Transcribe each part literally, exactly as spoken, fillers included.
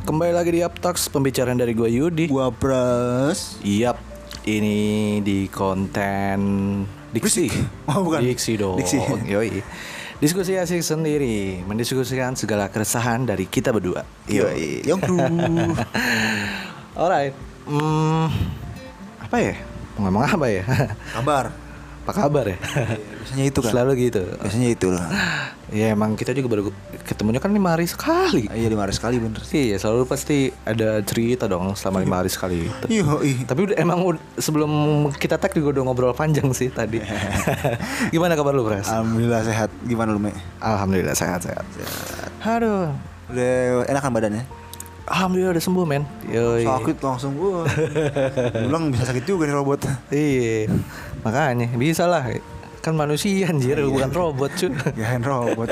kembali lagi di Uptalks, pembicaraan dari gue Yudi. Gua Pras. Yap, ini di konten Diksi. Oh bukan. Diksi dong. Diksi. Yoi. Diskusi asik sendiri, mendiskusikan segala keresahan dari kita berdua. Yoi. Yongkru. Alright. Hmm, apa ya? Mau ngomong apa ya? Kabar. Apa kabar ya? Biasanya itu kan. Selalu gitu. Biasanya itu lah. Ya emang kita juga baru ketemunya kan lima hari sekali. Iya lima hari sekali bener. Iya selalu pasti ada cerita dong selama lima hari sekali. Yoi. Tapi udah, emang ud- sebelum kita tag juga udah ngobrol panjang sih tadi. Gimana kabar lu, Pras? Alhamdulillah sehat. Gimana lu, Me? Alhamdulillah sehat-sehat. Sehat. Aduh. Udah enakan badannya? Alhamdulillah udah sembuh, men. Yoi. Sakit langsung gua. Bilang bisa sakit juga nih robot. Iya. Makanya bisa lah. Kan manusia anjir, bukan robot cuy. Gahen robot.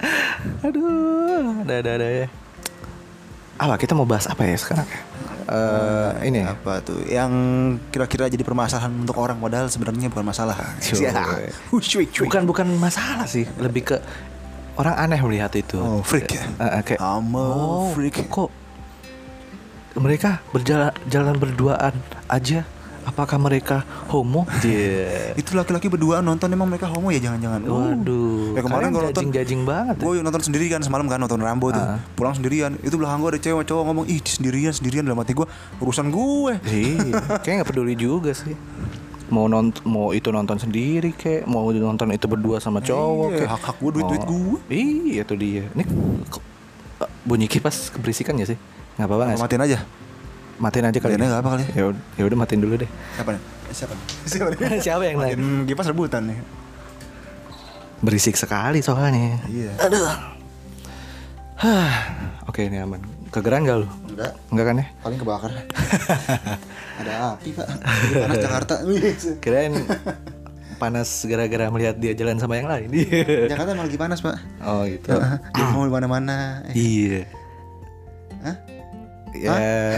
Aduh, ada-ada ya. Apa kita mau bahas apa ya sekarang? Uh, ini apa tuh yang kira-kira jadi permasalahan untuk orang padahal sebenarnya bukan masalah. Bukan bukan masalah sih, lebih ke orang aneh melihat itu. Oh, freak ya. Uh, kayak I'm a oh, freak. Kok mereka berjalan jalan berduaan aja? Apakah mereka homo? Yeah. Itu laki-laki berdua nonton emang mereka homo ya jangan-jangan. Waduh. Ya kemarin gue nonton jajing banget. Gue nonton sendiri kan semalam kan nonton Rambo tuh. Uh. Pulang sendirian. Itu belakang gue ada cewek cowok ngomong, "Ih, sendirian sendirian." Dalam hati gue, urusan gue. Iya. Kayak enggak peduli juga sih. Mau nonton mau itu nonton sendiri kayak mau nonton itu berdua sama cowok kayak hak-hak gue duit-duit oh. gue. Iya itu dia. Ini bunyi kipas keberisikan ya sih? Enggak apa-apa enggak? Matiin aja. Matiin aja kali. Ya enggak apa kali. Ya udah, ya udah matiin dulu deh. Siapa nih? Siapa nih? Siapa nih? Siapa yang lain? Matiin kipas rebutan nih. Berisik sekali soalnya. Iya. Aduh. Hah. Oke, ini aman. Kegeran gak lu? Enggak. Enggak kan ya? Paling kebakar. Ada api, Pak. Panas Jakarta. Kirain panas gara-gara melihat dia jalan sama yang lain. Jakarta emang lagi panas, Pak. Oh, gitu. Dia mau di mana-mana. Iya. Hah? Ya.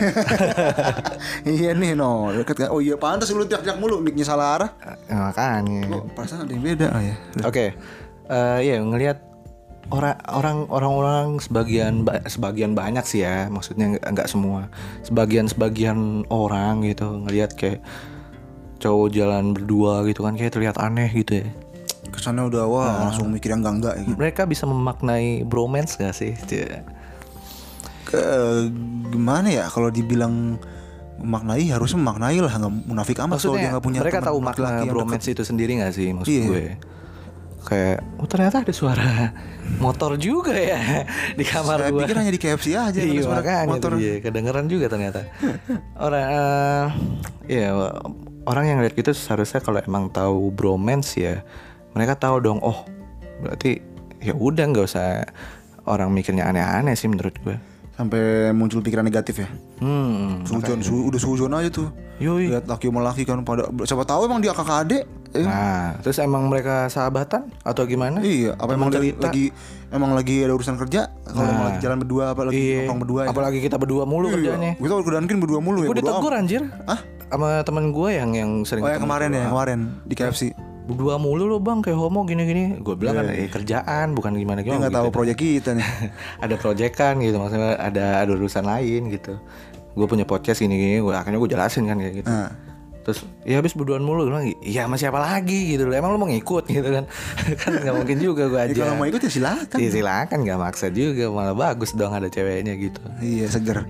Iya nih no dekat kan. Oh iya pantas lu teriak-teriak mulu mic-nya salah arah. Ya, makanya. Kok perasaan ada yang beda oh ya. Oke. Okay. Uh, ya ngelihat orang orang orang-orang sebagian sebagian banyak sih ya. Maksudnya enggak semua. Sebagian-sebagian orang gitu ngelihat kayak cowok jalan berdua gitu kan kayak terlihat aneh gitu ya. Kesannya udah wah nah, langsung mikir yang enggak-enggak gitu. Mereka bisa memaknai bromance gak sih? Ke, gimana ya kalau dibilang memaknai harusnya memaknai lah nggak munafik amat kalau dia nggak punya mereka teman tahu makna bromance itu sendiri nggak sih maksud iya. gue kayak oh ternyata ada suara motor juga ya di kamar saya gue. Saya pikir hanya di K F C aja iya, suara motor iya, kedengeran juga ternyata orang uh, ya orang yang lihat gitu seharusnya kalau emang tahu bromance ya mereka tahu dong oh berarti ya udah nggak usah orang mikirnya aneh-aneh sih menurut gue. Sampai muncul pikiran negatif ya. Hmm. Sujon, su, udah sujon aja tuh. Yoi. Lihat laki sama laki kan pada siapa tahu emang dia kakak adik. Eh. Nah, terus emang mereka sahabatan atau gimana? Iya, apa emang cerita? lagi emang lagi ada urusan kerja? Kalau nah. emang lagi jalan berdua apa lagi iya. nongkrong berdua ya? Apalagi kita berdua mulu iya. kerjanya. Kita udah berdua mulu ya. Gue ditegur anjir. Hah? Sama teman gue yang yang sering oh, yang kemarin ya, kemarin di K F C. Berdua mulu lo bang kayak homo gini-gini. Gue bilang yeah. kan eh, kerjaan bukan gimana gimana. Dia nggak gitu. tahu proyek kita nih. Ada proyekan gitu maksudnya ada ada urusan lain gitu. Gue punya podcast gini-gini. Gue akhirnya gue jelasin kan kayak gitu. Nah. Terus ya habis berduaan mulu gue bilang iya sama siapa lagi gitu loh. Emang lo mau ngikut gitu kan. Kan nggak mungkin juga gue aja. Ya, kalau mau ikut ya silakan. Ya silakan nggak maksa juga malah bagus dong ada ceweknya gitu. Iya seger.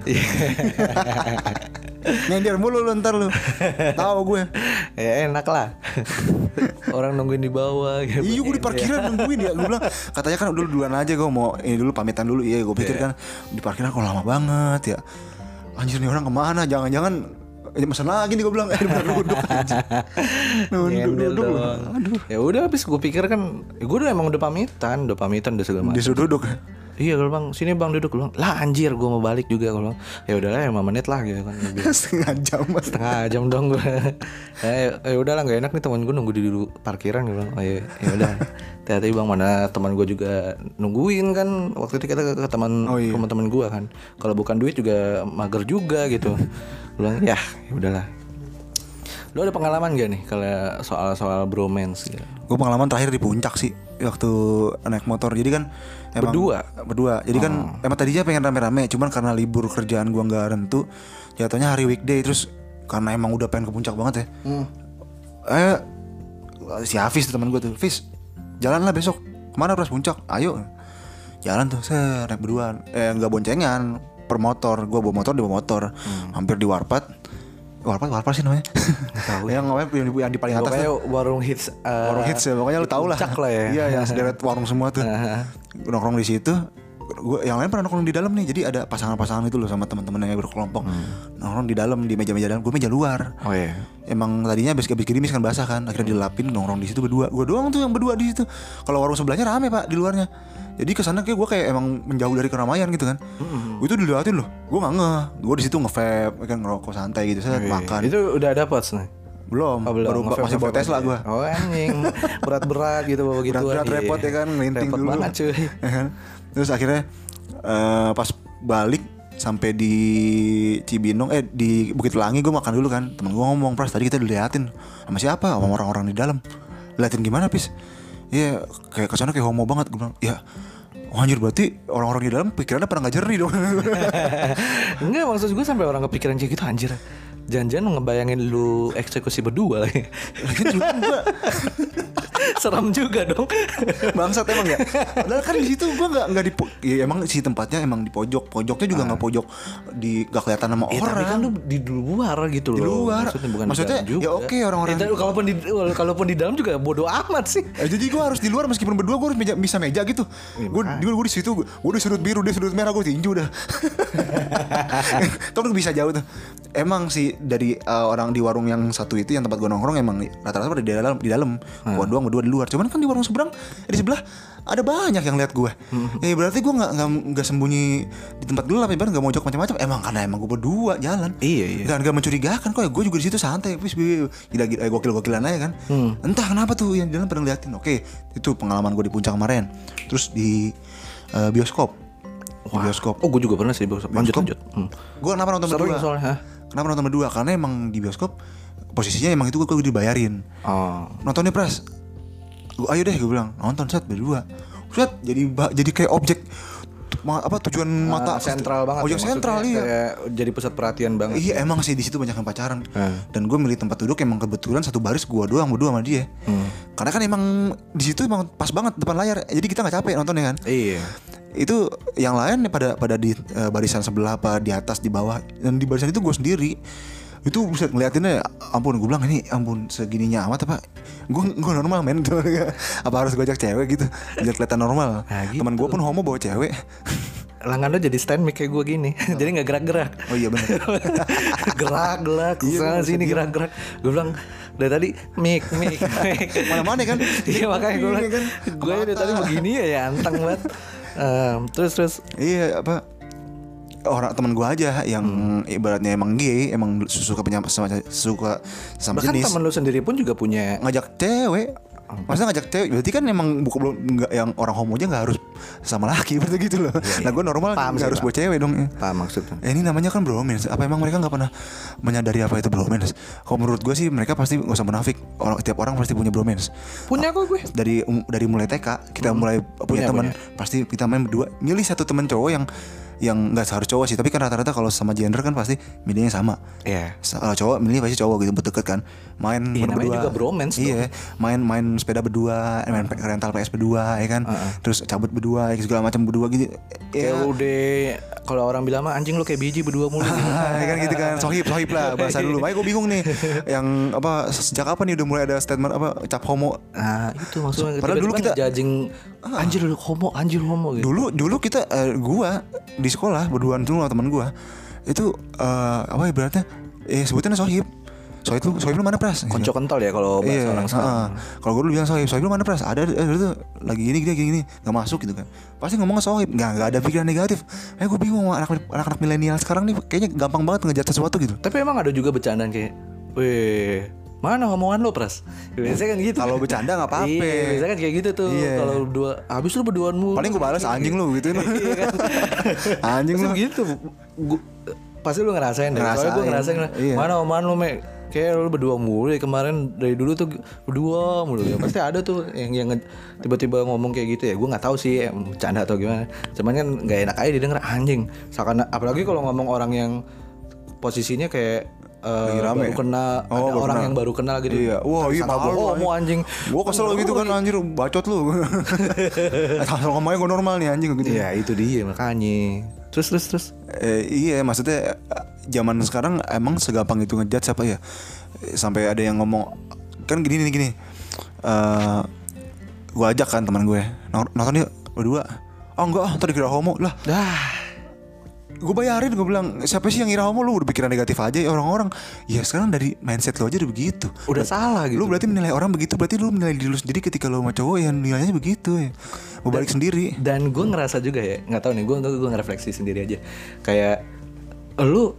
Nyender mulu lu ntar lu. Tahu gue. Ya enak lah. Orang nungguin di bawah gitu. Iya gue di parkiran nungguin ya. Gue bilang katanya kan udah duluan aja gue mau ini dulu pamitan dulu. Iya gue pikir yeah. kan di parkiran kok lama banget ya. Anjir nih orang kemana? Jangan-jangan ini pesan lagi nih gue bilang. Eh bener duduk aja. Nunduk duduk. Aduh. Ya udah habis gue pikir kan ya gue udah emang udah pamitan, udah pamitan udah segala macam. Disuruh duduk. Iya kalau bang sini bang duduk bilang lah anjir gue mau balik juga kalau ya udahlah lima menit lah gitu kan setengah jam setengah jam dong gue ya ya udahlah nggak enak nih teman gue nunggu di dulu parkiran gitu oh ya ya udah hati-hati bang mana teman gue juga nungguin kan waktu itu kita ke, ke teman oh, iya. teman-teman gue kan kalau bukan duit juga mager juga gitu bilang ya ya udahlah. Lo ada pengalaman gak nih kalau soal-soal bromance gitu? Gue pengalaman terakhir di puncak sih. waktu naik motor. Jadi kan emang Berdua? Berdua. Jadi kan oh. emang tadinya pengen rame-rame, cuman karena libur kerjaan gua nggak rentu, jatuhnya hari weekday. Terus karena emang udah pengen ke puncak banget ya. Hmm. Eh si Hafiz teman gua tuh, Hafiz jalan lah besok. Kemana Pras? Puncak? Ayo. Jalan tuh, saya naik berduaan. Eh nggak boncengan, per motor. Gua bawa motor, dia bawa motor. Hmm. Hampir di Warpat. Warpat, Warpat sih namanya. Tahu. Yang namanya yang di, yang di paling atas. Pokoknya warung hits. Uh, warung hits ya, pokoknya lu tau lah. Puncak lah ya. Iya, yang sederet warung semua tuh. Nongkrong di situ. Gua yang lain pernah nongkrong di dalam nih. Jadi ada pasangan-pasangan itu loh sama teman-teman yang berkelompok. Hmm. Nongkrong di dalam di meja-meja dalam. Gue meja luar. Oh iya. Emang tadinya habis habis gerimis kan basah kan. Akhirnya dilapin nongkrong di situ berdua. Gue doang tuh yang berdua di situ. Kalau warung sebelahnya rame Pak di luarnya. Jadi kesana kayak gue kayak emang menjauh dari keramaian gitu kan. Mm-hmm. Gue tuh diliatin loh. Gue nggak ngeh. Gue di situ nge-vape, kan ngerokok santai gitu. Saya makan. Itu udah dapet nih? Belum. Oh, belum. Baru nge-vape, masih bawa Tesla gue. Oh anjing. Berat-berat gitu bawa gitu. Berat-berat repot ya kan, ngelinting dulu. Repot banget cuy. Terus akhirnya uh, pas balik sampai di Cibinong, eh di Bukit Pelangi gue makan dulu kan. Temen gue ngomong, Pras tadi kita diliatin sama siapa? Sama orang-orang di dalam. Liatin gimana Pis? Iya kayak kesana kayak homo banget. Gue bilang ya oh, anjir berarti orang-orang di dalam pikirannya pernah gak jernih dong. Enggak, maksud gue sampai orang kepikiran kayak gitu anjir. Jangan-jangan ngebayangin lu eksekusi berdua lagi. Seram juga dong. Bangsat emang ya. Padahal kan di situ gua enggak enggak di po- ya emang si tempatnya emang di pojok. Pojoknya juga enggak ah. pojok di enggak kelihatan sama ya, orang. Tapi kan lu di luar gitu loh. Di luar. Maksudnya, bukan Maksudnya di ya oke okay, orang-orang. Ya, kalaupun di kalaupun di dalam juga bodoh amat sih. Eh, jadi gua harus di luar meskipun berdua gua harus meja, bisa meja gitu. Gua di gua di situ gua di sudut biru, dia sudut merah, gua tinju dah. Tapi bisa jauh tuh. Emang sih dari uh, orang di warung yang satu itu yang tempat gua nongkrong emang rata-rata pada di dalam di dalam. Hmm. Gua doang berdua di luar. Cuman kan di warung seberang di sebelah ada banyak yang lihat gue. Hmm. Ya berarti gue nggak nggak nggak sembunyi di tempat gelap, ibarat nggak mojok macam-macam. Emang karena emang gue berdua jalan. Iya iya. Dan nggak mencurigakan kok. Ya, gue juga di situ santai. Wis gila-gila eh, gokil-gokilan aja kan. Hmm. Entah kenapa tuh yang di dalam pada ngeliatin. Oke, itu pengalaman gue di puncak kemarin. Terus di uh, bioskop. Di bioskop. Oh gue juga pernah sih di bioskop. Lanjut bioskop. lanjut. Hmm. Gue kenapa nonton Sering berdua? Soalnya, kenapa nonton berdua? Karena emang di bioskop posisinya emang itu gue, gue dibayarin. Oh. Nontonnya Pras. Ayo deh gue bilang nonton set berdua. Set jadi jadi kayak objek ma, apa tujuan mata uh, sentral banget. Objek ya, sentral iya. Kayak jadi pusat perhatian banget. Iya emang sih di situ banyak yang pacaran. Hmm. Dan gue milih tempat duduk emang kebetulan satu baris gue doang berdua sama dia. Hmm. Karena kan emang di situ emang pas banget depan layar. Jadi kita nggak capek nontonnya kan. Iya. Itu yang lain pada pada di uh, barisan sebelah apa di atas di bawah, dan di barisan itu gue sendiri. Itu bisa ngeliatinnya ampun, gue bilang ini ampun segininya amat apa gue gue normal men apa harus gue ajak cewek gitu biar kelihatan normal. Nah, gitu. Teman gue pun homo bawa cewek. Lengan lo jadi stand mic kayak gue gini. Oh. Jadi gak gerak-gerak. Oh iya benar. Gerak-gerak kesana sini gerak-gerak. Gue bilang dari tadi mic mic mic mana-mana kan. Iya makanya gue bilang kan gue dari tadi begini ya ya anteng banget. um, terus terus iya apa orang teman gue aja yang hmm. ibaratnya emang gay, emang suka penyampa sama suka sama bahkan jenis. Bahkan teman lu sendiri pun juga punya ngajak cewek. Maksudnya ngajak cewek berarti kan emang bukan belum nggak yang orang homo aja nggak harus sama laki berarti gitu loh. Ya, nah gue normal nggak harus buat cewek dong. Paham maksudnya. Eh, ini namanya kan bromance. Apa emang mereka nggak pernah menyadari apa itu bromance? Kalau menurut gue sih mereka pasti nggak usah munafik. Orang tiap orang pasti punya bromance. Punya kok gue. Dari um, dari mulai T K kita hmm. mulai punya, punya teman pasti kita main berdua. Milih satu teman cowok yang yang nggak seharus cowok sih, tapi kan rata-rata kalau sama gender kan pasti milihnya sama. Iya. Yeah. Cowok milih pasti cowok gitu, berdeket kan. Main iya, berdua. Juga bromance. Iya. Main main sepeda berdua, main uh-huh. rental P S berdua, ya kan. Uh-huh. Terus cabut berdua, segala macam berdua gitu. Ya udah, kalau orang bilang mah anjing lu kayak biji berdua mulu. Gitu. Ya kan gitu kan, sohib sohib lah bahasa dulu. Makanya gue bingung nih, yang apa sejak kapan nih udah mulai ada statement apa cap homo. Nah itu maksudnya. Padahal dulu kita judging anjir lu homo, anjir homo gitu. Dulu dulu kita uh, gua di sekolah berduaan dulu sama teman gua itu uh, apa ibaratnya eh sebutannya sohib. Sohib lu sohib lu mana Pras? Konco kental ya kalau bahasa iya, orang sekarang. Uh, kalau gua dulu bilang sohib, sohib lu mana Pras? Ada ada tuh lagi gini gini gini enggak masuk gitu kan. Pasti ngomongnya sohib, enggak enggak ada pikiran negatif. Eh gua bingung sama anak anak milenial sekarang nih kayaknya gampang banget ngejat sesuatu gitu. Tapi emang ada juga bercandaan kayak weh mana omongan lo Pras? Biasanya kan gitu. Kalau bercanda enggak apa-apa. Iya, biasanya kan kayak gitu tuh. Iya. Kalau berdua habis lu berduaan mulu. Paling gue balas anjing lu gituin. Iya kan. Anjing lu gitu. Gua, pasti lu ngerasain deh. Soalnya gue ngerasain iya. Mana omongan lu me Kayak lu berdua mulu ya kemarin dari dulu tuh berdua mulu ya. Pasti ada tuh yang yang tiba-tiba ngomong kayak gitu ya. Gue nggak tahu sih bercanda atau gimana. Cuman kan nggak enak aja didengar anjing. Seakan apalagi kalau ngomong orang yang posisinya kayak uh, baru kenal, oh, ada orang kenal. Yang baru kenal gitu. Iya. Wah, iya malu mau anjing. Gue kesel gitu kan anjir, bacot lu. Asal ngomongnya gue normal nih anjing gitu. Iya, itu dia makanya. Terus terus terus. Eh, iya, maksudnya zaman sekarang emang segampang itu ngejudge apa ya? Sampai ada yang ngomong kan gini nih gini. Uh, gue ajak kan teman gue nonton yuk berdua. Oh enggak, ah, ntar dikira homo lah. Dah. Gue bayarin, gue bilang siapa sih yang ngira homo, lu udah pikiran negatif aja ya orang-orang. Ya sekarang dari mindset lo aja udah begitu. Udah Ber- salah gitu. Lu berarti menilai orang begitu, berarti lu menilai diri lu sendiri ketika lu sama cowok yang nilainya begitu ya. Mau balik sendiri. Dan gue ngerasa juga ya, nggak tahu nih, gue gue ngerefleksi sendiri aja. Kayak lu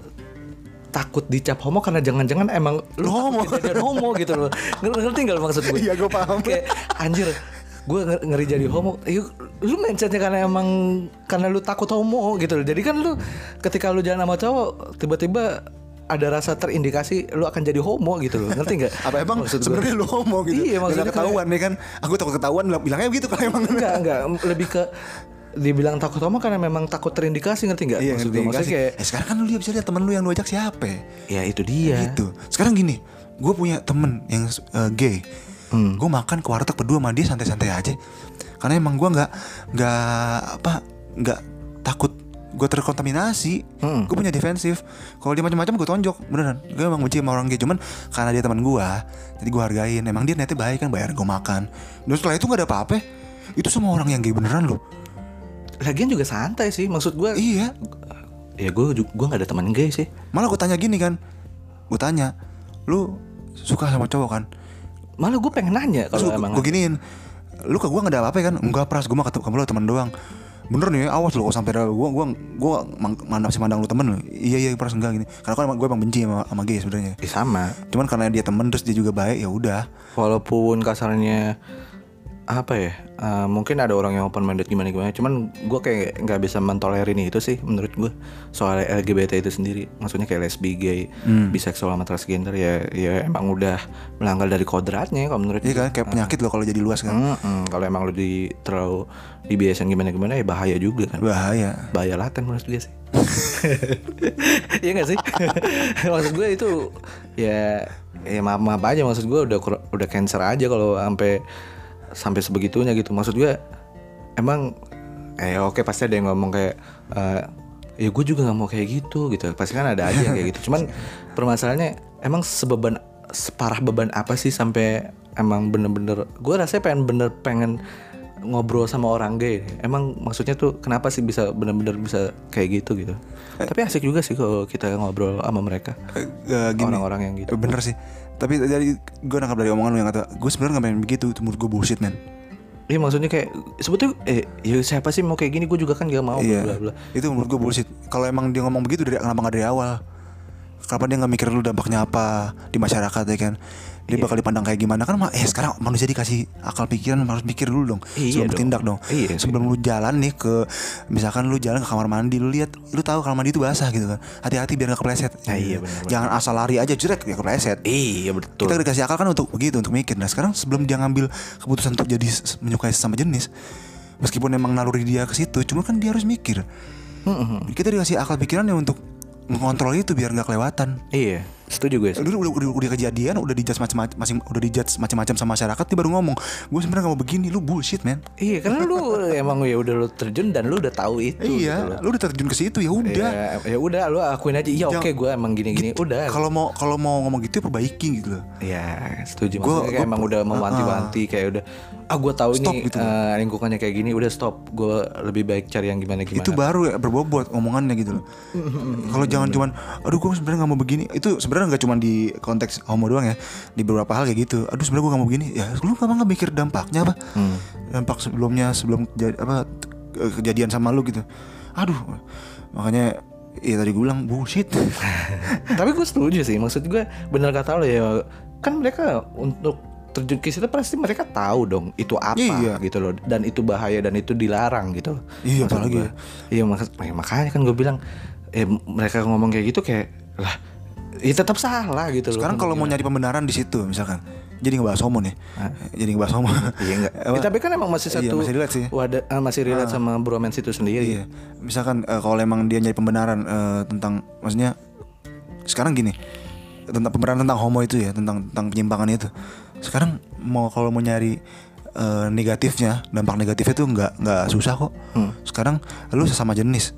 takut dicap homo karena jangan-jangan emang lu homo kejadian homo gitu loh. Ngerti nggak lu maksud gue? Iya, gue paham. Kayak anjir, gue ngeri jadi homo. Yuk, lu mindsetnya karena emang karena lu takut homo gitu loh. Jadi kan lu ketika lu jalan sama cowok tiba-tiba ada rasa terindikasi lu akan jadi homo gitu loh. Ngerti enggak? Apa emang sebenarnya lu homo gitu? Iya, maksudnya ketahuan nih kan. Aku takut ketahuan bilangnya begitu kalau emang. Enggak, enggak, lebih ke dibilang takut homo karena memang takut terindikasi, ngerti enggak? Iya, maksud gue maksudnya kayak eh, sekarang kan lu bisa lihat temen lu yang lu ajak siapa? Ya itu dia. Gitu. Sekarang gini, gue punya temen yang uh, gay. Hmm. Gue makan ke warteg berdua sama dia santai-santai aja. Karena emang gue nggak nggak apa nggak takut gue terkontaminasi. hmm. Gue punya defensif. Kalau dia macam-macam gue tonjok beneran. Gue emang benci sama orang gay, cuman karena dia teman gue, jadi gue hargain. Emang dia niatnya baik kan, bayar gue makan. Dan setelah itu nggak ada apa-apa. Itu semua orang yang gay beneran loh. Lagian juga santai sih, maksud gue. Iya. Ya gue gue nggak ada teman gay sih. Malah gue tanya gini kan, gue tanya, lu suka sama cowok kan? Malah gue pengen nanya kalau emang. Gue giniin, lu ke gue nggak ada apa-apa kan? Enggak, pras, gue mah ketemu kamu lu teman doang. Bener nih, awas lu kok sampai gue gue gue masih mandang lu temen lu. Iya iya pras enggak gini. Karena kan gue emang benci sama, sama gay sebenarnya. Eh, sama. Cuman karena dia temen terus dia juga baik, ya udah. Walaupun kasarnya apa ya, uh, mungkin ada orang yang open minded gimana gimana, cuman gue kayak nggak bisa mentolerir itu sih menurut gue soal L G B T itu sendiri. Maksudnya kayak lesbi, gay, hmm. biseksual sama transgender ya ya emang udah melanggar dari kodratnya kalau menurut. Iya kan, kayak penyakit uh, loh kalau jadi luas kan. Mm, mm, kalau emang lu di terlalu dibiasain gimana gimana ya bahaya juga kan. Bahaya. Bahaya laten menurut gue sih. Iya nggak sih? Maksud gue itu ya ya maaf maaf aja, maksud gue udah udah cancer aja kalau sampai sampai sebegitunya gitu. Maksud gue emang eh oke pasti ada yang ngomong kayak uh, ya gue juga nggak mau kayak gitu gitu. Pasti kan ada aja yang kayak gitu. Cuman permasalahannya emang sebeban separah beban apa sih sampai emang bener-bener gue rasanya pengen bener pengen ngobrol sama orang gay. Emang maksudnya tuh kenapa sih bisa bener-bener bisa kayak gitu gitu. Eh, Tapi asik juga sih kalau kita ngobrol sama mereka. Uh, gini, orang-orang yang gitu. Bener sih. Tapi dari gue nangkap dari omongan lu yang kata gue sebenarnya nggak pengen begitu, itu menurut gue bullshit man. Iya maksudnya kayak sebetulnya eh ya siapa sih mau kayak gini, gue juga kan gak mau. Iya, bla bla. Itu menurut gue bullshit. Kalau emang dia ngomong begitu dari kenapa nggak dari awal? Kenapa dia nggak mikir dulu dampaknya apa di masyarakat ya kan? Dia iya. bakal dipandang kayak gimana kan? Eh sekarang manusia dikasih akal pikiran, harus mikir dulu dong iya sebelum dong. bertindak dong. Iya, sebelum iya. lu jalan nih ke, misalkan lu jalan ke kamar mandi, lu lihat, lu tahu kamar mandi itu basah gitu kan? Hati-hati biar nggak kepleset. Nah, iya benar. Jangan asal lari aja jrek ya kepleset. Iya betul. Kita dikasih akal kan untuk begitu, untuk mikir. Nah sekarang sebelum dia ngambil keputusan untuk jadi menyukai sesama jenis, meskipun emang naluri dia ke situ, cuma kan dia harus mikir. Mm-hmm. Kita dikasih akal pikirannya untuk mengontrol itu biar nggak kelewatan. Iya, setuju gue. Udah, udah, udah, udah kejadian, udah dijudge macam-macam, masing, udah dijudge macam-macam sama masyarakat, dia baru ngomong, gue sebenarnya nggak mau begini, lu bullshit man. Iya, karena lu emang ya udah lu terjun dan lu udah tahu itu. Iya, gitu lu udah terjun ke situ ya udah. Ya, ya udah, lu akuin aja. Iya oke, okay, gue emang gini-gini. Gitu, udah. Kalau mau kalau mau ngomong gitu, perbaiki gitu loh. Iya, setuju. Maksudnya kayak emang udah mewanti-wanti, kayak udah. Ah gue tahu ini gitu. uh, lingkungannya kayak gini, udah stop. Gue lebih baik cari yang gimana-gimana. Itu baru ya berbobot omongannya gitu loh. Kalau jangan cuman, aduh gue sebenarnya nggak mau begini. Itu sebenarnya nggak cuma di konteks homo doang ya. Di beberapa hal kayak gitu. Aduh sebenarnya gue nggak mau begini. Ya lu nggak nggak mikir dampaknya apa? Hmm. Dampak sebelumnya sebelum kejadian, apa kejadian sama lu gitu. Aduh, makanya ya tadi gue bilang bullshit. Tapi gue setuju sih. Maksud gue benar kata lo ya. Kan mereka untuk terjun ke situ pasti mereka tahu dong itu apa iya. gitu loh, dan itu bahaya dan itu dilarang gitu loh. Iya apalagi ya. Iya mak- makanya kan gue bilang eh mereka ngomong kayak gitu kayak lah Ya tetap salah gitu. Sekarang kalau mau nyari pembenaran di situ misalkan, jadi ngebahas homo nih, Hah? jadi ngebahas homo. Iya enggak. Ya, tapi kan emang masih satu. Iya, masih relate sih. Wadah, uh, masih relate uh, sama bromance itu sendiri. Iya. Misalkan uh, kalau emang dia nyari pembenaran uh, tentang, maksudnya sekarang gini, tentang pembenaran tentang homo itu ya, tentang tentang penyimpangan itu. Sekarang mau kalau mau nyari uh, negatifnya, dampak negatifnya tuh nggak nggak susah kok. Hmm. Sekarang lu sesama jenis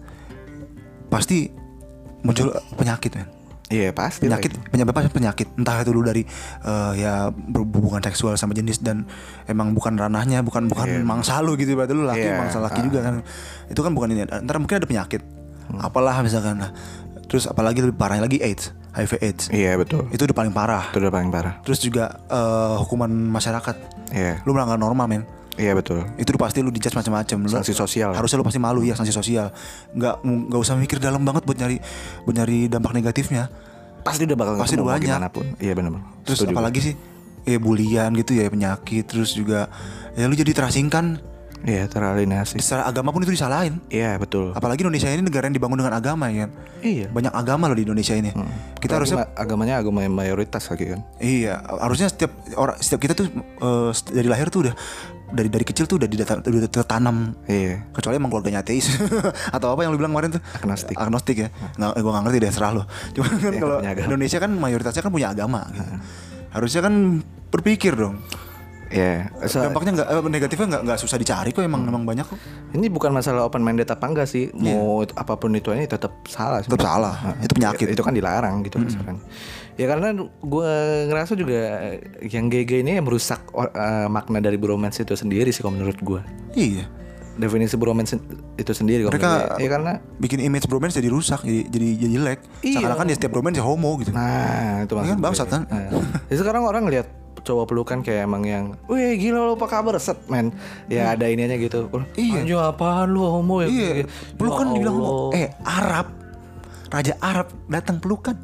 pasti muncul penyakit kan. Iya pasti penyakit lagi. Penyebabnya penyakit entah itu dulu dari uh, ya berhubungan seksual sama jenis dan emang bukan ranahnya, bukan bukan yeah. mangsa lu gitu, berarti lu laki yeah. mangsa laki uh. juga kan, itu kan bukan ini. Ntar mungkin ada penyakit hmm. apalah misalkan, nah, terus apalagi lebih parahnya lagi AIDS, H I V AIDS. Iya yeah, betul. Itu udah paling parah. Itu udah paling parah. Terus juga uh, hukuman masyarakat. Iya. Yeah. Lu melanggar norma men. Iya betul. Itu pasti lu dijudge macam-macam. Sanksi sosial. Harusnya lu pasti malu ya, sanksi sosial. Nggak nggak usah mikir dalam banget buat nyari buat nyari dampak negatifnya. Pasti udah bakal pasti udah banyak. Iya benar. Terus Setuju apalagi sih, ya bulian gitu ya, penyakit. Terus juga ya lu jadi terasingkan. Iya, teralienasi. Secara agama pun itu disalahin. Iya betul. Apalagi Indonesia ini negara yang dibangun dengan agama ya kan. Iya. Banyak agama loh di Indonesia ini. Hmm. Kita Apalagi harusnya ma- agamanya agama yang mayoritas lagi kan. Iya, harusnya setiap orang, setiap kita tuh uh, dari lahir tuh udah dari dari kecil tuh udah ditanam, udah tertanam. Iya. Kecuali emang keluarganya ateis atau apa yang lu bilang kemarin tuh? Agnostik. Agnostik ya. Nggak, gue nggak ngerti deh, serah lo. Cuma kan kalau Indonesia kan mayoritasnya kan punya agama. Gitu. Uh. Harusnya kan berpikir dong. Ya, yeah. so, dampaknya nggak eh, negatifnya nggak nggak susah dicari kok, emang hmm. emang banyak kok. Ini bukan masalah open minded apa enggak sih, yeah. mau apapun itu ini tetap salah. Tetap salah. Nah, itu penyakit. Itu kan dilarang gitu hmm. misalkan. Ya karena gue ngerasa juga yang gay-gay ini merusak uh, makna dari bromance itu sendiri sih kalau menurut gue. Iya. Definisi bromance itu sendiri. Mereka ya karena bikin image bromance jadi rusak, jadi jadi jadi jelek. Iya. Seakan-akan dia setiap bromance ya homo gitu. Nah itu maksudnya. Kan bangsat kan. Nah. Jadi sekarang orang ngeliat cowok pelukan kayak emang yang, wih gila lo apa kabar, set men. Ya hmm. ada ininya gitu. Iya. Anjir apaan lu homo ya. Iya. Pelukan ya dibilang homo. Eh Arab, Raja Arab datang pelukan.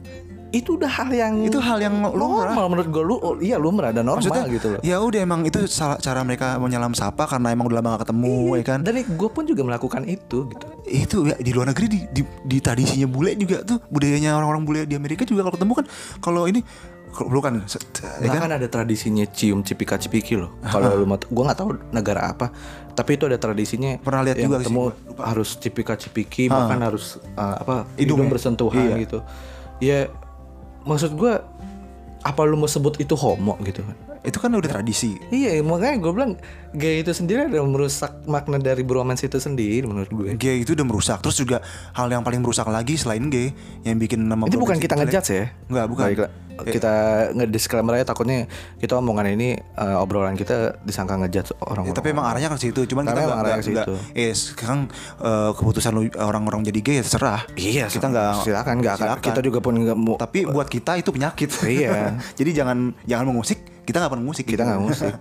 Itu udah hal yang itu hal yang lumrah menurut gue. Lu oh, iya lumrah dan normal. Maksudnya, gitu loh. Ya udah emang itu salah cara mereka menyalam sapa karena emang udah lama gak ketemu. Iya, ya kan. Dan gue pun juga melakukan itu gitu. Itu ya di luar negeri di, di, di tradisinya bule juga tuh, budayanya orang-orang bule di Amerika juga kalau ketemu kan, kalau ini pelukan. Ya kan? Kan ada tradisinya cium cipika cipiki loh. Kalau lu mau, gue nggak tahu negara apa, tapi itu ada tradisinya. Pernah lihat juga ketemu sih, harus cipika cipiki, ha. bahkan harus uh, apa hidung, hidung bersentuhan iya. gitu. Ya maksud gue, apa lu mau sebut itu homo gitu kan? Itu kan udah tradisi. Iya, makanya gue bilang gay itu sendiri udah merusak makna dari bromance itu sendiri menurut gue. Gay itu udah merusak. Terus juga hal yang paling merusak lagi selain gay yang bikin nama itu bukan kita ngejudge ya? Enggak, bukan. Baiklah. Kita nge-disclaimer aja, takutnya kita omongan ini uh, obrolan kita disangka ngejudge orang-orang. Ya, tapi emang arahnya kan situ. Cuman tapi kita enggak enggak eh sekarang uh, keputusan lu orang-orang jadi gay ya terserah. Iya, kita enggak silakan enggak akan. Kita juga pun enggak mau. Tapi buat kita itu penyakit. Iya. Jadi jangan jangan mengusik. Kita enggak pernah musik. Kita enggak gitu. musik.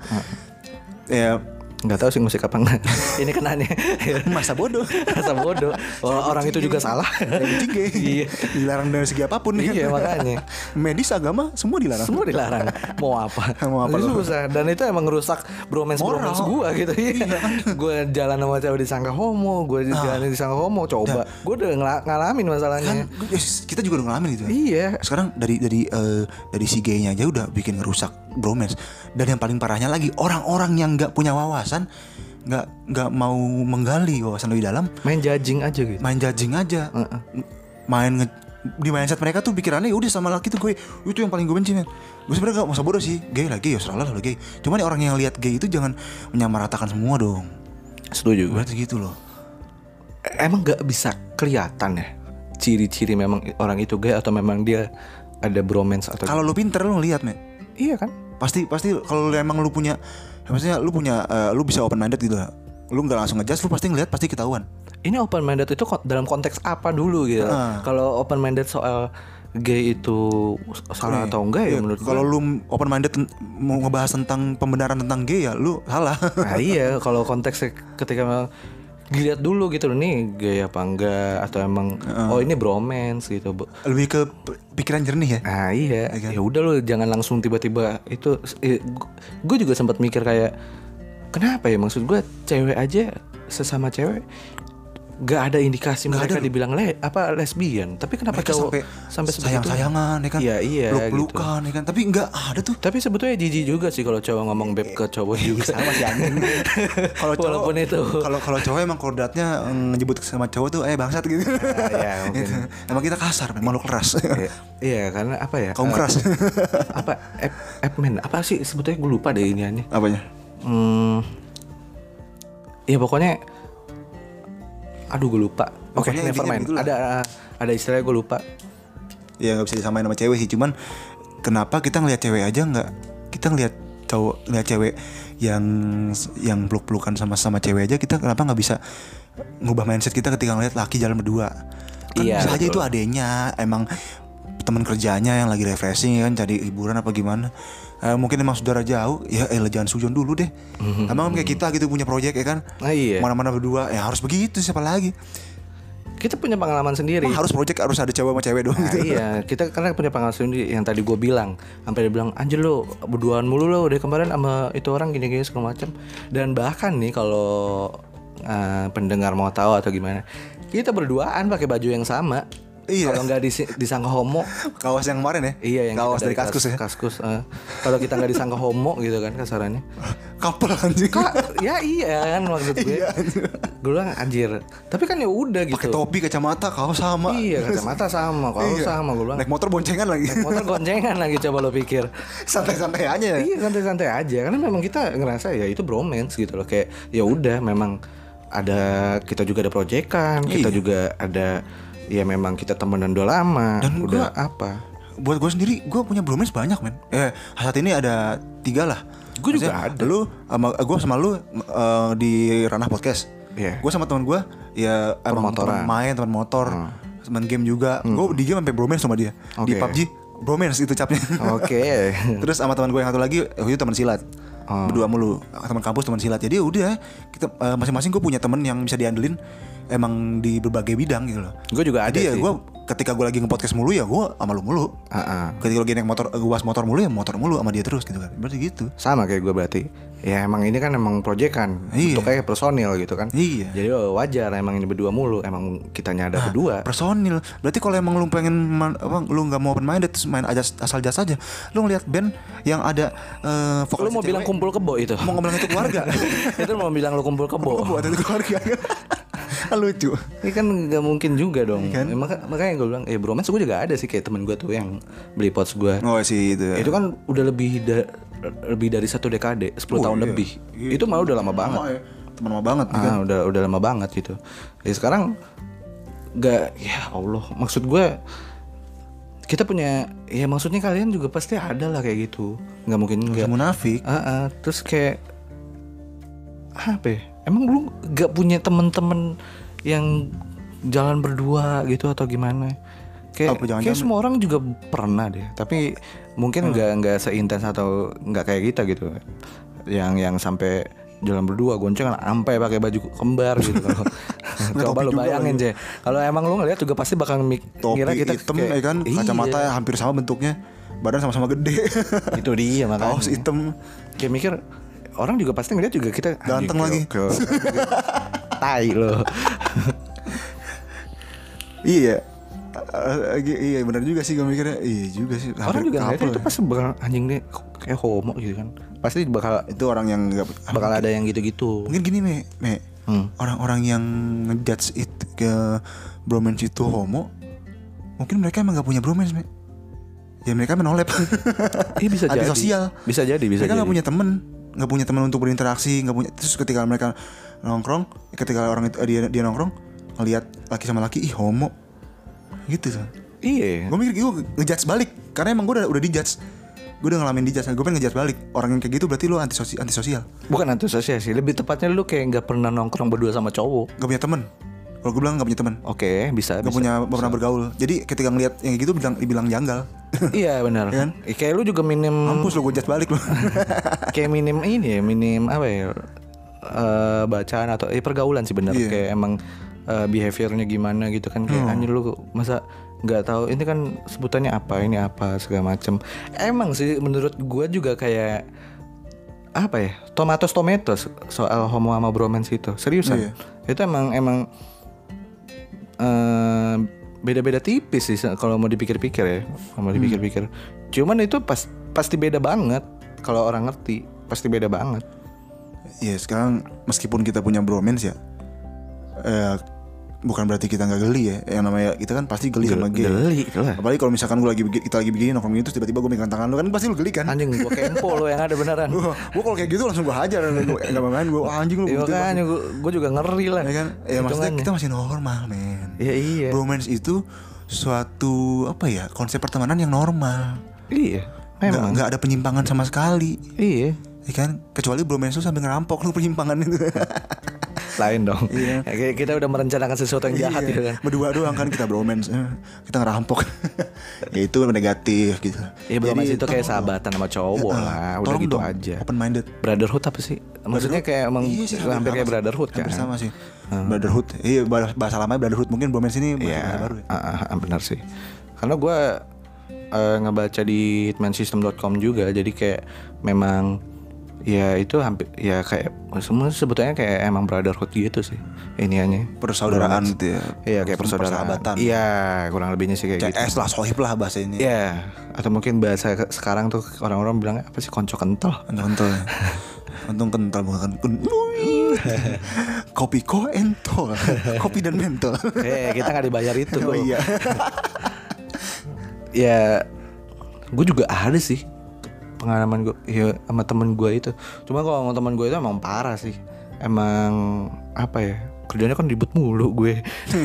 Ya nggak tahu sih musik apa enggak. Ini kenanya masa bodoh. Masa bodoh. Oh, orang itu juga salah. Iya. Dilarang dari segi apapun. Iya makanya. Medis, agama semua dilarang. Semua dilarang. Mau apa? Mau apa? Susah. Dan itu emang ngerusak bromance bromance gue gitu. Iya. Gue jalan sama cewek disangka homo, gue ah. jalan disangka homo. Coba. Gue udah ng- ngalamin masalahnya. Kan, kita juga udah ngalamin gitu. Iya. Sekarang dari dari uh, dari si gay-nya aja udah bikin ngerusak bromance. Dan yang paling parahnya lagi, orang-orang yang nggak punya wawasan, nggak nggak mau menggali wawasan lebih dalam, main judging aja gitu, main judging aja, uh-uh. main nge, di mindset mereka tuh pikirannya udah sama laki tuh gue itu yang paling gue benci men. Gue sebenarnya nggak masa bodoh sih, gay lagi ya serah lah lo gay. Cuman orang yang lihat gay itu jangan menyamaratakan semua dong. Setuju gue. Berarti gitu loh. Emang nggak bisa kelihatan ya ciri-ciri memang orang itu gay atau memang dia ada bromance atau? Kalau lu pinter lu ngeliat men. Iya kan. Pasti pasti kalau emang lu punya, maksudnya lu punya, uh, lu bisa open minded gitu lah. Lu nggak langsung ngejudge, lu pasti ngeliat, pasti ketahuan. Ini open minded itu dalam konteks apa dulu gitu? Uh. Kalau open minded soal gay itu salah okay. atau enggak ya, ya menurut gue. Kalau lu open minded ten- mau ngebahas tentang pembenaran tentang gay ya lu salah. Nah iya, kalau konteksnya ketika dilihat dulu gitu loh, nih gay apa enggak atau emang uh. oh ini bromance gitu. Lebih ke pikiran jernih ya. Ah iya. Okay. Ya udah lo jangan langsung tiba-tiba itu. Eh, gue juga sempat mikir kayak kenapa ya, maksud gue cewek aja sesama cewek nggak ada indikasi Nggak mereka ada. dibilang le, apa lesbian. Tapi kenapa Mereka cowok sampai, sampai sebegitu? sayang-sayangan ya kan, Iya, iya, peluk-pelukan ya kan, tapi nggak ada tuh. Tapi sebetulnya jijik juga sih kalau cowok ngomong beb ke cowok juga. Sama sih anjing. Kalau cowok, Walaupun itu. Kalau kalau cowok emang kodratnya nyebut sama cowok tuh eh bangsat gitu. Nah, ya, mungkin. Gitu. Emang kita kasar, makhluk keras. Iya, iya, karena apa ya? Kaum uh, keras. apa ep, epman apa sih sebetulnya gue lupa deh iniannya. Apanya? Hmm, ya pokoknya, aduh gue lupa. Oke, okay, never mind. Ada ada istilahnya gue lupa. Ya nggak bisa disamain sama cewek sih. Cuman kenapa kita ngelihat cewek aja nggak? Kita ngelihat cowok, ngelihat cewek yang yang peluk-pelukan sama sama cewek aja, kita kenapa nggak bisa ngubah mindset kita ketika ngelihat laki jalan berdua? Kan iya, bisa aja betul. itu adenya emang teman kerjanya yang lagi refreshing kan, cari hiburan apa gimana. Eh, mungkin emang saudara jauh, ya eh jangan sujon dulu deh. Mm-hmm. Emang kayak kita gitu punya proyek ya kan, nah, iya. mana-mana berdua, ya harus begitu, siapa lagi? Kita punya pengalaman sendiri. Emang harus proyek harus ada cewek sama cewek doang Nah, gitu. iya, kita karena punya pengalaman sendiri yang tadi gue bilang. Sampai dia bilang, anjir lo berduaan mulu lo udah kemarin sama itu orang gini-gini segala macam. Dan bahkan nih kalau uh, pendengar mau tahu atau gimana, kita berduaan pakai baju yang sama. Iya. Kalau nggak dis- disangka homo, Kaos yang kemarin ya? iya yang kaos kita dari Kaskus ya. Kaskus. Uh, kalau kita nggak disangka homo gitu kan kasarannya. Couple anjing. Kak, ya iya kan maksud gue. Iya, Gue bilang anjir. Tapi kan ya udah gitu. Pakai topi, kacamata, kaos sama. Iya, kacamata sama, kaos Iya. sama gue bilang. Naik motor boncengan lagi. Motor goncengan lagi, coba lo pikir. Santai-santai aja ya. Iya, santai-santai aja karena memang kita ngerasa ya itu bromance gitu loh, kayak ya udah memang ada, kita juga ada proyekan, kita Iya. juga ada, ya memang kita temenan udah lama. Dan udah gua- apa? Buat gue sendiri, gue punya bromance banyak men. Eh saat ini ada tiga lah. Gue juga Maksudnya, ada. Lu sama gue sama lu uh, di ranah podcast. Iya. Gue sama teman gue ya emang Permotoran. teman main, teman motor, teman game juga. Gue di game sampai bromance sama dia. Di Oke. P U B G bromance itu capnya. Oke. Terus sama teman gue yang satu lagi, oh, itu teman silat. Oh. Berdua mulu, teman kampus, teman silat. Jadi udah kita uh, masing-masing gue punya temen yang bisa diandelin emang di berbagai bidang gitu loh. Gue juga ada Jadi ya sih. gue ketika gue lagi nge-podcast mulu ya gue sama lu mulu. Ah-ah. Ketika lagi naik motor, gue was motor mulu ya motor mulu sama dia terus gitu kan. Berarti gitu. Sama kayak gue berarti. Ya emang ini kan emang proyekan, Iya. untuk kayak personil gitu kan. Iya. Jadi oh, wajar emang ini berdua mulu, emang kitanya ada Nah, berdua. personil. Berarti kalau emang lu pengen man, apa, lu nggak mau open minded terus main aja asal jas aja. Lu ngeliat band yang ada uh, Lu mau bilang kumpul kebo itu? mau ngomong itu keluarga. Itu mau bilang lu kumpul kebo. Buat itu keluarga. Kan lucu. Ini kan nggak mungkin juga dong. Kan? Ya, maka, makanya gue bilang, eh bromance gue juga ada sih, kayak temen gue tuh yang beli pots gue. Oh sih itu. Itu kan udah lebih da- lebih dari satu dekade, sepuluh Oh, tahun iya. lebih. Iya. Itu malah udah lama banget. Lama ya. Teman lama banget Ah, kan. udah udah lama banget gitu. Ya sekarang nggak, ya Allah, maksud gue kita punya, ya maksudnya kalian juga pasti ada lah kayak gitu. Nggak mungkin nggak. Munafik. Ah, ah. Terus kayak apa ya? Emang lu gak punya temen-temen yang jalan berdua gitu atau gimana? Kayak, Apa, jangan-jangan- kayak semua orang juga pernah deh. Tapi mungkin nggak Hmm. nggak seintens atau nggak kayak kita gitu. Yang yang sampai jalan berdua goncengan sampai pakai baju kembar gitu. Coba topi lu juga bayangin lagi. Jay. Kalau emang lu ngeliat juga pasti bakal mik- Topi ngira kita hitam kayak, ya kan, kacamata iya, hampir sama bentuknya, badan sama-sama gede. itu dia makanya. Kaos hitam. Kayak mikir orang juga pasti ngeliat juga kita Ganteng anjing, lagi. ke- ke- tai lo. Iya. Uh, iya benar juga sih gue mikirnya. Iya juga sih. Orang Hampir juga ngeliat couple itu ya. pasti bakal anjing nih kayak homo gitu kan. Pasti bakal Itu orang yang nggak bakal ada yang gitu-gitu. mungkin gini me, me. Hmm. Orang-orang yang ngejudge it ke bromance itu homo, mungkin mereka emang gak punya bromance me. Ya mereka menolep. Iya bisa jadi. Antisosial. Bisa jadi, bisa mereka jadi. nggak punya temen, nggak punya teman untuk berinteraksi, nggak punya. Terus ketika mereka nongkrong, ketika orang itu eh, dia dia nongkrong, ngelihat laki sama laki, ih homo, gitu tuh. Iya. Gue mikir gue ngejudge balik, karena emang gue udah udah dijudge, gue udah ngalamin dijudge, gue pengen ngejudge balik. Orang yang kayak gitu berarti lu antisosial, antisosial, Bukan antisosial sih, lebih tepatnya lu kayak nggak pernah nongkrong berdua sama cowok. nggak punya temen. Kalau gue bilang nggak punya temen, Oke, bisa. nggak bisa. punya pernah bergaul. Jadi ketika ngelihat yang kayak gitu bilang dibilang janggal. Iya benar. Kan? Eh, kayak lu juga minim. Mampus lu, gue judge balik lu. Kayak minim ini ya, minim apa ya? eh, bacaan atau eh pergaulan sih benar. Iya. Kayak emang eh, behaviornya gimana gitu kan, kayak Hmm. anjir lu masa nggak tahu ini kan sebutannya apa, ini apa segala macem. Emang sih menurut gue juga kayak apa ya, tomatos tomatos soal homo sama bromance itu seriusan. Iya. Itu emang emang uh, beda-beda tipis sih kalau mau dipikir-pikir ya, kalau mau dipikir-pikir. Hmm. Cuman itu pas pasti beda banget kalau orang ngerti, pasti beda banget. Iya, sekarang meskipun kita punya bromance ya, eh, bukan berarti kita nggak geli ya. Yang namanya kita kan pasti geli sama gay. Geli lah. Apalagi kalau misalkan gue lagi kita lagi begini nongkrong gitu, tiba-tiba gue megang tangan lu kan pasti lu geli kan. Anjing gue kempo lo yang ada beneran. Gue kalau kayak gitu langsung gue hajar, gue nggak main gue anjing lu. Iya kan, gue juga ngeri lah. Ya kan, ya maksudnya kita masih normal men. Iya iya. Bromance itu suatu apa ya, konsep pertemanan yang normal. Iya. Memang. Nggak ada penyimpangan sama sekali. Iya. Ya kan, kecuali bromance lu sampai ngerampok lu penyimpangan itu. Lain dong. Iya. Ya, kita udah merencanakan sesuatu yang jahat iya. gitu kan. Berdua doang kan kita bromance, kita ngerampok. Ya itu negatif gitu. Iya, bromance itu kayak sahabatan sama cowok ya, lah, udah gitu dong, aja. Open minded. Brotherhood apa sih? Maksudnya kayak emang iya sih, hampir kayak brotherhood kan. Hampir sama sih. Hmm. Brotherhood. Iya, bahasa lamanya brotherhood, mungkin bromance ini bahasa iya, baru ya. Uh, uh, benar sih. Karena gue uh, ngebaca di hitman system dot com juga, jadi kayak memang ya itu hampir ya kayak semua sebetulnya kayak emang brotherhood gitu sih iniannya, persaudaraan gitu ya. Iya kayak persaudaraan. Iya kurang lebihnya sih kayak C S gitu. C S lah, sohib lah bahasa ini. Iya atau mungkin bahasa sekarang tuh orang-orang bilang apa sih, konco kental. Konco kental. Untung kental bukan kopi ko entol. Kopi dan mentol. Eh kita nggak dibayar itu. Oh iya. Ya gue juga ada sih pengalaman gue ya sama temen gue itu. Cuma kalau sama temen gue itu emang parah sih. Emang apa ya, kerjanya kan ribut mulu gue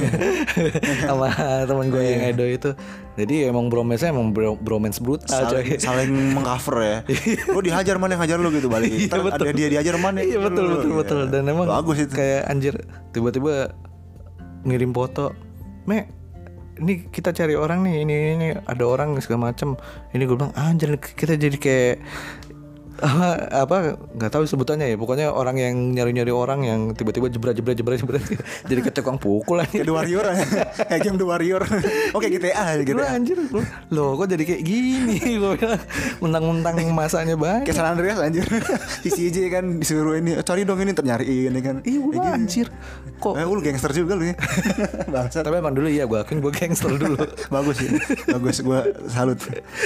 sama temen gue yang Edo itu. Jadi emang bromance-nya emang bro, bromance brutal. Saling, saling meng-cover ya. Lo dihajar mana yang hajar lo gitu balik. Iya, ada dia dihajar mana. Iya betul lo, betul ya. betul. Dan emang bagus itu. Kayak anjir tiba-tiba ngirim foto, "Me, ini kita cari orang nih, ini ini ada orang segala macam." Ini gue bilang anjir kita jadi kayak apa apa nggak tahu sebutannya ya, pokoknya orang yang nyari-nyari orang yang tiba-tiba jebret jebret jebret jebret jadi kayak tukang pukul aja. Kayak The Warrior kayak game The Warrior. Oke G T A gitu. Anjir loh kok jadi kayak gini. Gue bilang mentang-mentang masanya banyak. Kayak San Andreas anjir. Si C J kan disuruh ini cari dong ini ternyariin ini kan. Iya anjir. Kok eh, lu gangster juga lu ya. Bangsat. Tapi emang dulu iya gue akuin gue gangster dulu. Bagus sih. Bagus, gue salut.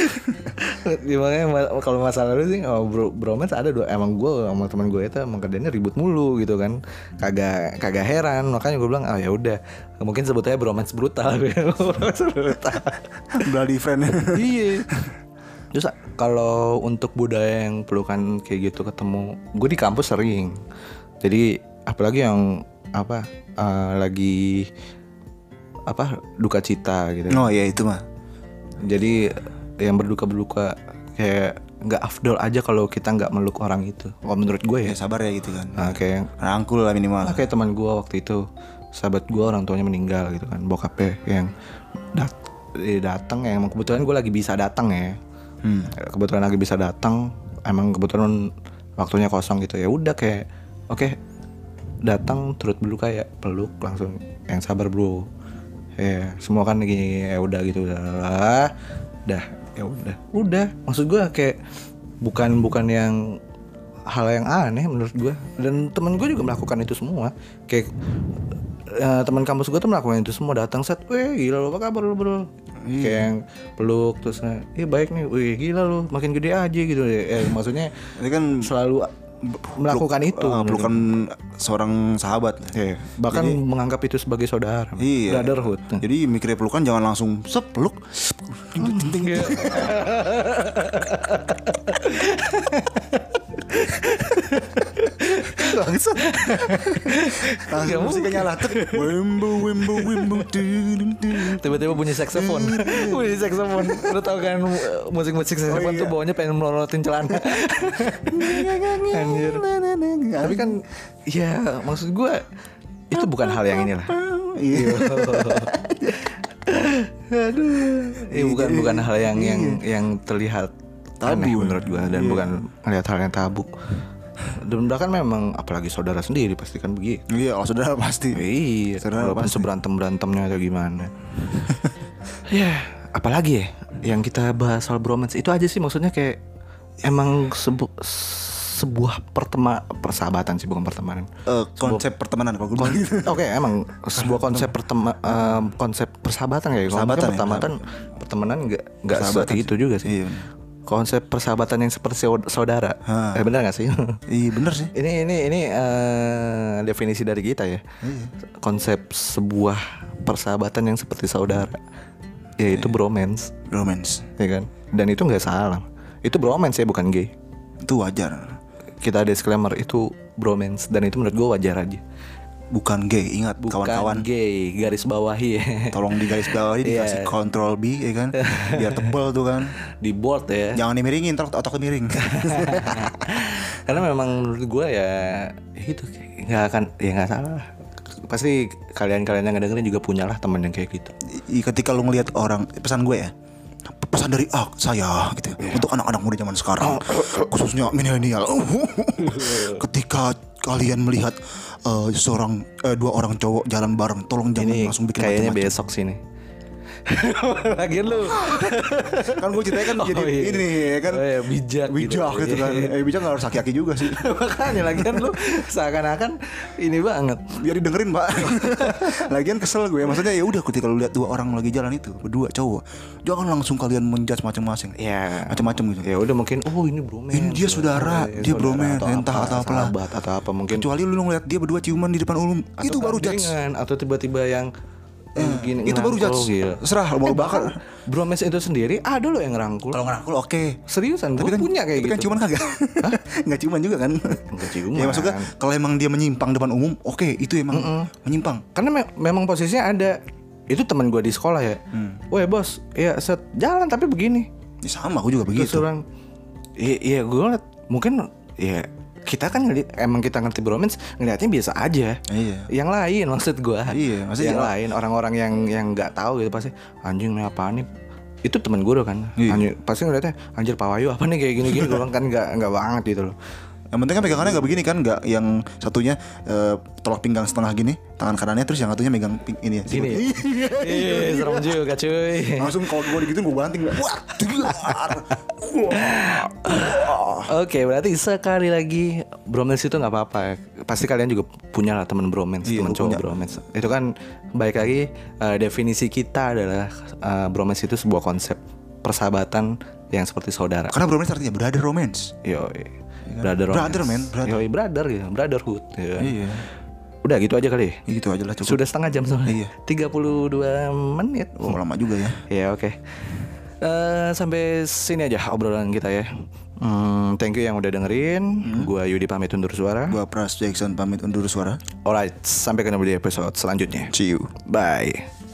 Gimana kalau masalah lu sih oh bro, bromance ada dua. Emang gue sama teman gue itu emang kerjanya ribut mulu gitu kan. Kagak kagak heran. Makanya gue bilang oh ya udah mungkin sebetulnya bromance brutal. Bromance brutal. Bloody friend. Iya. Terus kalau untuk budaya yang pelukan kayak gitu ketemu, gue di kampus sering. Jadi apalagi yang apa uh, lagi apa duka cita gitu. Oh iya itu mah. Jadi yang berduka-berduka kayak nggak afdol aja kalau kita nggak meluk orang itu. Kalau menurut gue ya. Ya sabar ya gitu kan. Nah, kayak rangkul lah minimal. Nah, kayak teman gue waktu itu, sahabat gue orang tuanya meninggal gitu kan, bokapnya yang dat- datang ya. Emang kebetulan gue lagi bisa datang ya. Hmm. Kebetulan lagi bisa datang. Emang kebetulan waktunya kosong gitu ya. Udah kayak oke okay, datang turut berduka ya peluk langsung yang sabar bro. Ya semua kan gini ya udah gitu udah dah ya udah udah maksud gue kayak bukan bukan yang hal yang aneh menurut gue. Dan temen gue juga melakukan itu semua kayak uh, teman kampus gue tuh melakukan itu semua, datang set weh gila lo apa kabar lo bro. Iya. Kayak yang peluk terus iya baik nih wih gila lo makin gede aja gitu ya. Eh, maksudnya ini kan selalu melakukan peluk, itu uh, pelukan seorang sahabat yeah. Bahkan jadi, menganggap itu sebagai saudara. Iya. Brotherhood. Jadi mikirnya pelukan jangan langsung sepeluk. Langsung langsung musiknya nyala tuh wimbo wimbo wimbo tiba-tiba bunyi saksofon. Bunyi saksofon. Lu tau kan musik-musik saksofon oh, iya. Tuh bawahnya pengen melorotin celana. Anjir. Tapi kan ya maksud gue itu bukan hal yang inilah. Iya. Aduh. Ini bukan bukan hal yang yang yang terlihat aneh menurut gue dan iya. Bukan melihat hal yang tabu. Dan bahkan memang apalagi saudara sendiri pasti kan begitu. Iya, kalau saudara pasti. Iya, walaupun seberantem-berantemnya atau gimana. Ya, apalagi ya yang kita bahas soal bromance itu aja sih maksudnya kayak emang sebu- sebuah pertema persahabatan sih, bukan pertemanan. Uh, konsep sebuah, pertemanan kalau gue bilang gitu. Oke, okay, emang sebuah konsep pertema uh, konsep persahabatan kayak kalau mungkin pertemanan ya, pertemanan nggak nggak seperti itu juga sih. Iya. Konsep persahabatan yang seperti saudara. Ha. Eh benar gak sih? Iya benar sih. Ini ini ini uh, definisi dari kita ya. Iya. Konsep sebuah persahabatan yang seperti saudara, yaitu iya. bromance. Bromance. Ya kan? Dan itu nggak salah. Itu bromance ya, bukan gay. Itu wajar. Kita disclaimer itu bromance dan itu menurut gue wajar aja. Bukan gay, ingat bukan kawan-kawan. Gay, garis bawahi ya. Tolong di garis bawahi dikasih yeah. Control B ya kan, biar tebel tuh kan. Di board ya. Jangan dimiringin, ntar otaknya miring. Karena memang menurut gue ya itu nggak akan, ya nggak salah. Pasti kalian-kalian yang dengerin juga punyalah teman yang kayak gitu. I, ketika lu ngelihat orang, pesan gue ya, pesan dari ah saya gitu yeah. Untuk anak-anak muda zaman sekarang, khususnya milenial. Ketika kalian melihat uh, seorang uh, dua orang cowok jalan bareng, tolong jangan ini langsung bikin kayaknya macam-macam. Besok sini. Lagian lu kan gue ceritanya kan oh, jadi iya. Ini kan oh, iya, bijak bijak gitu, gitu kan. Eh bijak gak harus aki-aki juga sih. Makanya lagian lu seakan-akan ini banget. Biar didengerin, Pak. Lagian kesel gue. Maksudnya ya udah ketika lu lihat dua orang lagi jalan itu, berdua cowok, jangan langsung kalian menjudge macam-macam. Ya, macam-macam gitu. Ya udah mungkin oh ini bromance. Ini dia saudara, ya, dia bromance, entah atau apa, sahabat atau apa mungkin. Kecuali lu ngeliat dia berdua ciuman di depan umum, itu baru judge. Atau tiba-tiba yang Eh, gini, itu baru judge. Gitu. Serah mau eh, bakar. Bromance itu sendiri ada loh yang ngerangkul. Kalau ngerangkul oke. Okay. Seriusan, tapi gue kan, punya kayak tapi gitu. Tapi kan ciuman kagak. Enggak ciuman juga kan? Enggak ciuman. Ya maksudnya kalau emang dia menyimpang depan umum, oke okay, itu emang Mm-mm. menyimpang. Karena me- memang posisinya ada. Itu teman gue di sekolah ya. Hmm. Weh bos, ya set jalan tapi begini. Ya, sama aku juga begitu. Kesuruhan. Iya, iya gue ngeliat mungkin ya kita kan ngeliat, emang kita ngerti bromance ngeliatnya biasa aja. Iya. Yang lain maksud gue. Iya. Maksudnya yang lain orang-orang yang yang nggak tahu gitu pasti anjing nih apaan nih. Itu teman gue kan. Iya. Anjir, pasti ngeliatnya anjir Pak Wahyu apa nih kayak gini-gini. Gue kan nggak nggak banget gitu loh. Yang penting kan pegangannya nggak begini kan, nggak yang satunya uh, tolak pinggang setengah gini, tangan kanannya terus yang satunya megang ping, ini ya. Gini. Iya, serem juga cuy. Langsung kalau gue digituin gue banting. Wah, Oke, berarti sekali lagi bromance itu nggak apa-apa ya. Pasti kalian juga punya lah teman bromance, iya, teman cowok bromance. Itu kan baik lagi uh, definisi kita adalah uh, bromance itu sebuah konsep persahabatan yang seperti saudara. Karena bromance artinya brother romance. Yo, brother romance. Brother man, brother. Yo, brother gitu, brotherhood. Ya. Iya. Udah gitu aja kali. Ya, gitu aja lah cukup. Sudah setengah jam soalnya. Iya. tiga puluh dua menit. Oh, lama juga ya. Ya, oke. Okay. Uh, sampai sini aja obrolan kita ya. Hmm, thank you yang udah dengerin. Hmm. Gua Yudi pamit undur suara. Gua Pras Jackson pamit undur suara. Alright, sampai ketemu di episode selanjutnya. See you. Bye.